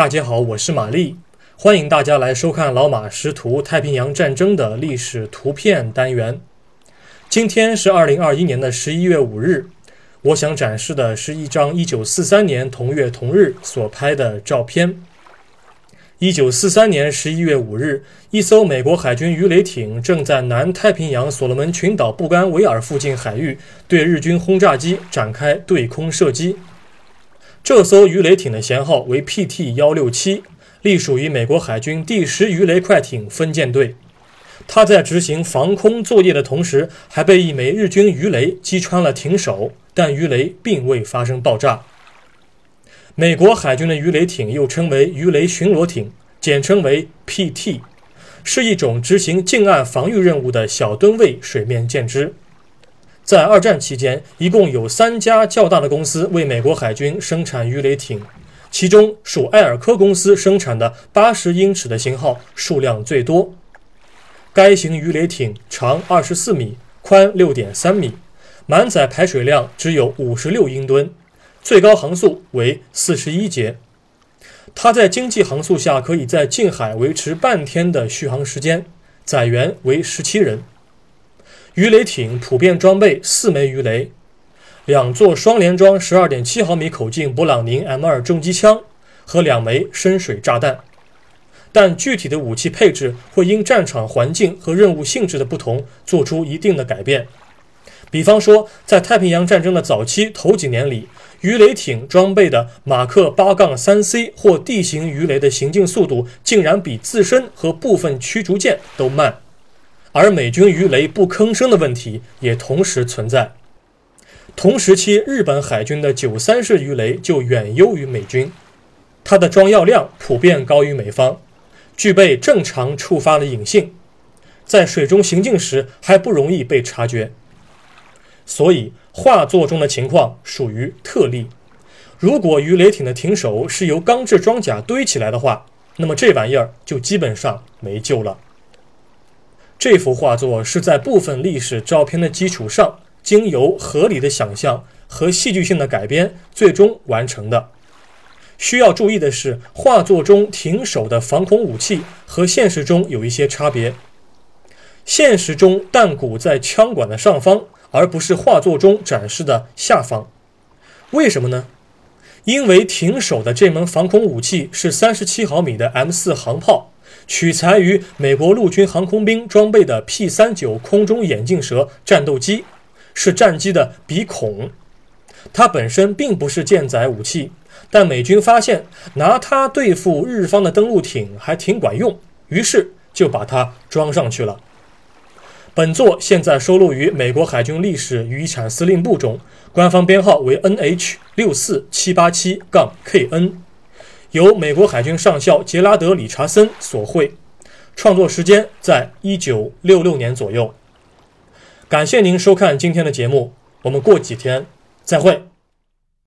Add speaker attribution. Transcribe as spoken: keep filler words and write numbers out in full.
Speaker 1: 大家好，我是玛丽，欢迎大家来收看老马识图太平洋战争的历史图片单元。今天是二零二一年的十一月五日，我想展示的是一张一九四三年同月同日所拍的照片。一九四三年十一月五日，一艘美国海军鱼雷艇正在南太平洋所罗门群岛布干维尔附近海域对日军轰炸机展开对空射击。这艘鱼雷艇的舷号为 P T 一六七， 隶属于美国海军第十鱼雷快艇分舰队。它在执行防空作业的同时，还被一枚日军鱼雷击穿了艇首，但鱼雷并未发生爆炸。美国海军的鱼雷艇又称为鱼雷巡逻艇，简称为 P T， 是一种执行近岸防御任务的小吨位水面舰只。在二战期间，一共有三家较大的公司为美国海军生产鱼雷艇，其中属埃尔科公司生产的八十英尺的型号数量最多。该型鱼雷艇长二十四米，宽 六点三米，满载排水量只有五十六英吨，最高航速为四十一节。它在经济航速下可以在近海维持半天的续航时间，载员为十七人。鱼雷艇普遍装备四枚鱼雷，两座双联装 十二点七毫米口径勃朗宁 M 二 重机枪和两枚深水炸弹。但具体的武器配置会因战场环境和任务性质的不同做出一定的改变。比方说，在太平洋战争的早期头几年里，鱼雷艇装备的马克 八 三 C 或地形鱼雷的行进速度竟然比自身和部分驱逐舰都慢，而美军鱼雷不吭声的问题也同时存在。同时期日本海军的九三式鱼雷就远优于美军，它的装药量普遍高于美方，具备正常触发的引信，在水中行进时还不容易被察觉。所以画作中的情况属于特例。如果鱼雷艇的艇首是由钢制装甲堆起来的话，那么这玩意儿就基本上没救了。这幅画作是在部分历史照片的基础上，经由合理的想象和戏剧性的改编最终完成的。需要注意的是，画作中艇首的防空武器和现实中有一些差别。现实中弹鼓在枪管的上方，而不是画作中展示的下方。为什么呢？因为艇首的这门防空武器是三十七毫米的 M 四 航炮，取材于美国陆军航空兵装备的 P 三十九 空中眼镜蛇战斗机，是战机的鼻孔。它本身并不是舰载武器，但美军发现拿它对付日方的登陆艇还挺管用，于是就把它装上去了。本作现在收录于美国海军历史与遗产司令部中，官方编号为 N H 六四七八七 K N， 由美国海军上校杰拉德·理查森所绘，创作时间在一九六六年左右。感谢您收看今天的节目，我们过几天再会。